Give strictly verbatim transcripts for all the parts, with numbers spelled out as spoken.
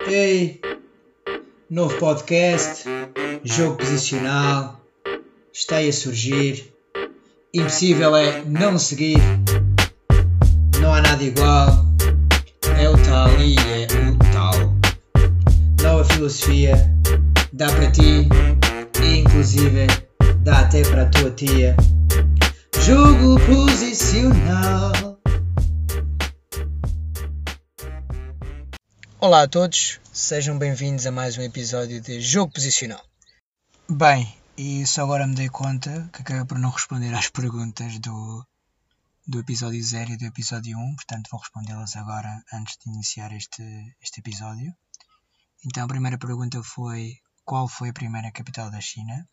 Ei, novo podcast, jogo posicional, está aí a surgir. Impossível é não seguir, não há nada igual. É o tal e é o tal. Nova filosofia, dá para ti e inclusive dá até para a tua tia. Jogo posicional. Olá a todos, sejam bem-vindos a mais um episódio de Jogo Posicional. Bem, e só agora me dei conta que acabei por não responder às perguntas do, do episódio zero e do episódio um, portanto vou respondê-las agora antes de iniciar este, este episódio. Então a primeira pergunta foi: qual foi a primeira capital da China?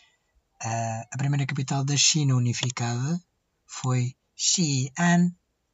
Uh, a primeira capital da China unificada foi Xi'an.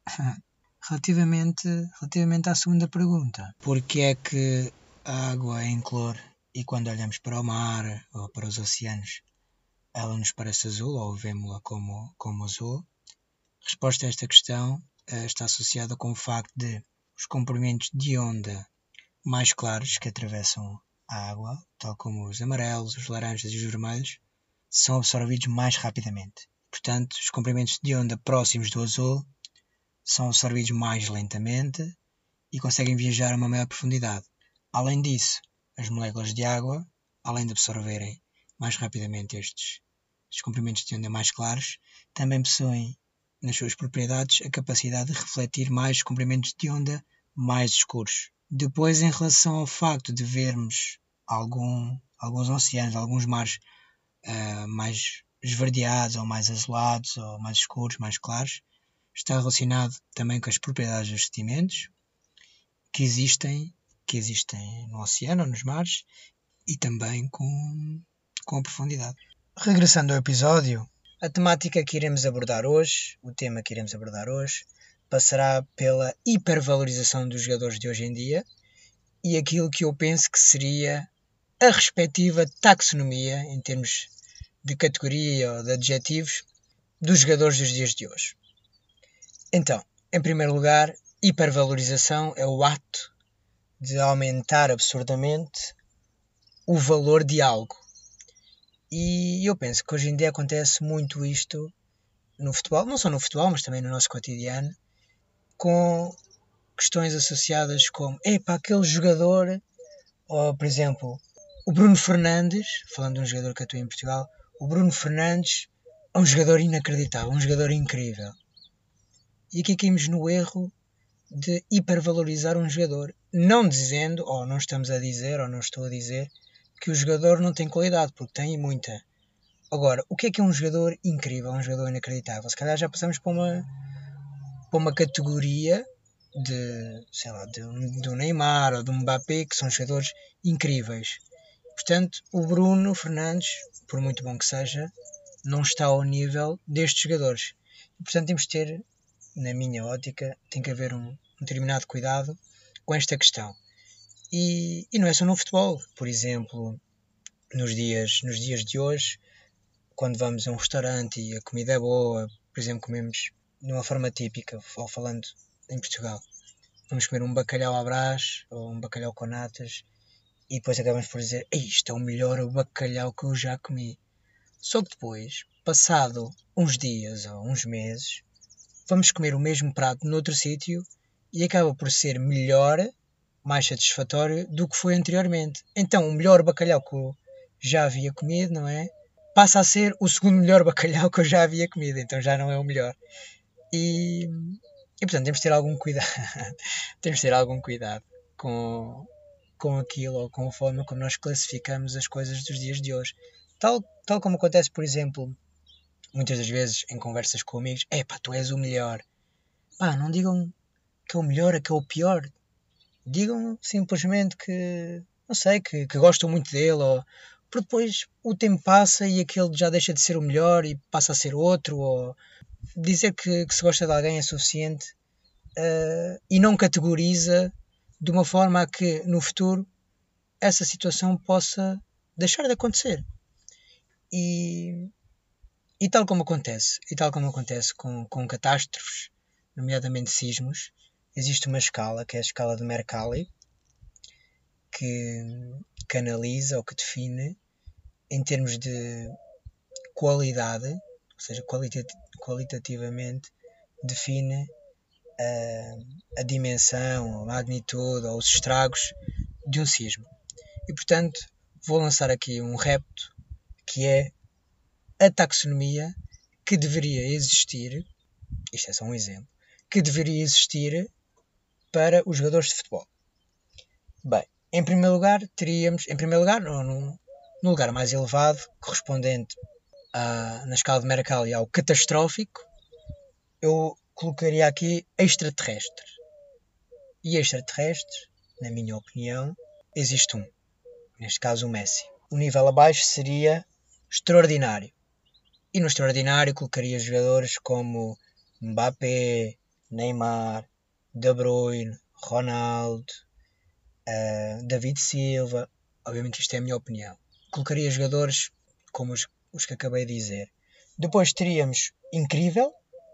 Relativamente, relativamente à segunda pergunta, porque é que a água é incolor e quando olhamos para o mar ou para os oceanos ela nos parece azul ou vemos-la como, como azul? A resposta a esta questão uh, está associada com o facto de os comprimentos de onda mais claros que atravessam a água, tal como os amarelos, os laranjas e os vermelhos, são absorvidos mais rapidamente. Portanto, os comprimentos de onda próximos do azul são absorvidos mais lentamente e conseguem viajar a uma maior profundidade. Além disso, as moléculas de água, além de absorverem mais rapidamente estes, estes comprimentos de onda mais claros, também possuem nas suas propriedades a capacidade de refletir mais comprimentos de onda mais escuros. Depois, em relação ao facto de vermos algum, alguns oceanos, alguns mares uh, mais esverdeados ou mais azulados ou mais escuros, mais claros, está relacionado também com as propriedades dos sedimentos que existem, que existem no oceano ou nos mares e também com, com a profundidade. Regressando ao episódio, a temática que iremos abordar hoje, o tema que iremos abordar hoje, passará pela hipervalorização dos jogadores de hoje em dia e aquilo que eu penso que seria a respectiva taxonomia, em termos de categoria ou de adjetivos, dos jogadores dos dias de hoje. Então, em primeiro lugar, hipervalorização é o ato de aumentar absurdamente o valor de algo. E eu penso que hoje em dia acontece muito isto no futebol, não só no futebol, mas também no nosso cotidiano, com questões associadas como, epá, aquele jogador, ou por exemplo, o Bruno Fernandes, falando de um jogador que atua em Portugal, o Bruno Fernandes é um jogador inacreditável, um jogador incrível. E aqui caímos no erro de hipervalorizar um jogador, não dizendo, ou não estamos a dizer, ou não estou a dizer, que o jogador não tem qualidade, porque tem muita. Agora, o que é que é um jogador incrível, um jogador inacreditável? Se calhar já passamos para uma, para uma categoria de, sei lá, de, de um Neymar ou de um Mbappé, que são jogadores incríveis. Portanto, o Bruno Fernandes, por muito bom que seja, não está ao nível destes jogadores. E, portanto, temos de ter, na minha ótica, tem que haver um, um determinado cuidado com esta questão. E, e não é só no futebol. Por exemplo, nos dias, nos dias de hoje, quando vamos a um restaurante e a comida é boa, por exemplo, comemos de uma forma típica, ou falando em Portugal, vamos comer um bacalhau à Brás ou um bacalhau com natas e depois acabamos por dizer, isto é o melhor bacalhau que eu já comi. Só que depois, passado uns dias ou uns meses, vamos comer o mesmo prato noutro sítio e acaba por ser melhor, mais satisfatório do que foi anteriormente. Então o melhor bacalhau que eu já havia comido, não é? Passa a ser o segundo melhor bacalhau que eu já havia comido, então já não é o melhor. E, e portanto temos de ter algum cuidado, temos de ter algum cuidado com, com aquilo ou com a forma como nós classificamos as coisas dos dias de hoje. Tal, tal como acontece, por exemplo, muitas das vezes em conversas com amigos, é pá, tu és o melhor. Pá, não digam que é o melhor, que é o pior. Digam simplesmente que, não sei, que, que gostam muito dele, ou porque depois o tempo passa e aquele já deixa de ser o melhor e passa a ser outro, ou dizer que, que se gosta de alguém é suficiente uh, e não categoriza de uma forma a que no futuro essa situação possa deixar de acontecer. E... E tal como acontece, e tal como acontece com, com catástrofes, nomeadamente sismos, existe uma escala, que é a escala de Mercalli, que canaliza ou que define em termos de qualidade, ou seja, qualitati- qualitativamente define a, a dimensão, a magnitude ou os estragos de um sismo. E portanto vou lançar aqui um repto que é a taxonomia que deveria existir, isto é só um exemplo, que deveria existir para os jogadores de futebol. Bem, em primeiro lugar teríamos, em primeiro lugar, no, no, no lugar mais elevado, correspondente a, na escala de Mercalli ao catastrófico, eu colocaria aqui extraterrestres. E extraterrestres, na minha opinião, existe um. Neste caso o Messi. O nível abaixo seria extraordinário. E no extraordinário colocaria jogadores como Mbappé, Neymar, De Bruyne, Ronaldo, uh, David Silva. Obviamente isto é a minha opinião. Colocaria jogadores como os, os que acabei de dizer. Depois teríamos incrível.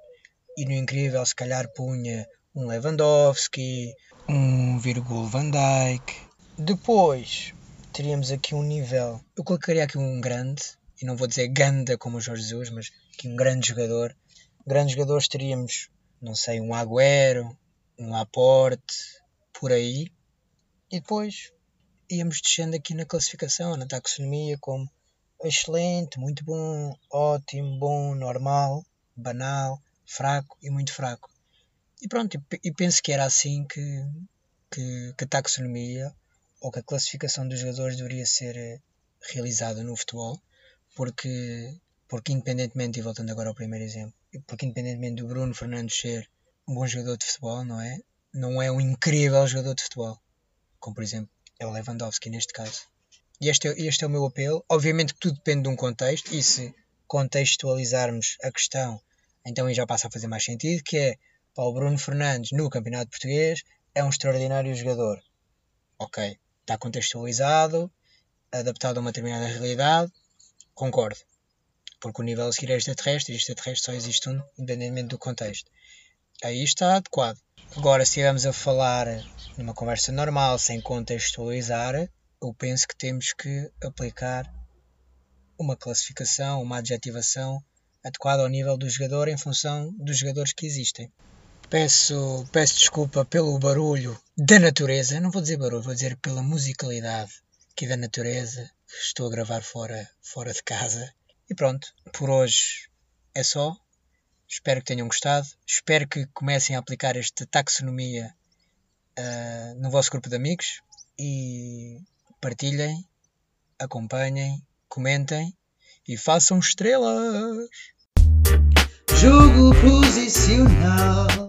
E no incrível se calhar punha um Lewandowski, um Virgul van Dijk. Depois teríamos aqui um nível, eu colocaria aqui um grande, e não vou dizer ganda como o Jorge Jesus, mas aqui um grande jogador. Grandes jogadores teríamos, não sei, um Agüero, um Laporte, por aí. E depois íamos descendo aqui na classificação, na taxonomia, como excelente, muito bom, ótimo, bom, normal, banal, fraco e muito fraco. E pronto, e penso que era assim que, que, que a taxonomia ou que a classificação dos jogadores deveria ser realizada no futebol, porque, porque independentemente, e voltando agora ao primeiro exemplo, porque independentemente do Bruno Fernandes ser um bom jogador de futebol, não é? Não é um incrível jogador de futebol, como por exemplo é o Lewandowski neste caso. E este é, este é o meu apelo. Obviamente que tudo depende de um contexto, e se contextualizarmos a questão, então aí já passa a fazer mais sentido, que é, para o Bruno Fernandes no Campeonato Português é um extraordinário jogador. Ok, está contextualizado, adaptado a uma determinada realidade, concordo. Porque o nível a seguir é extraterrestre, e extraterrestre só existe um, independentemente do contexto. Aí está adequado. Agora, se estivermos a falar numa conversa normal, sem contextualizar, eu penso que temos que aplicar uma classificação, uma adjetivação adequada ao nível do jogador em função dos jogadores que existem. Peço, peço desculpa pelo barulho da natureza, não vou dizer barulho, vou dizer pela musicalidade aqui da natureza. Estou a gravar fora, fora de casa. E pronto, por hoje é só. Espero que tenham gostado. Espero que comecem a aplicar esta taxonomia uh, no vosso grupo de amigos. E partilhem, acompanhem, comentem e façam estrelas. Jogo posicional.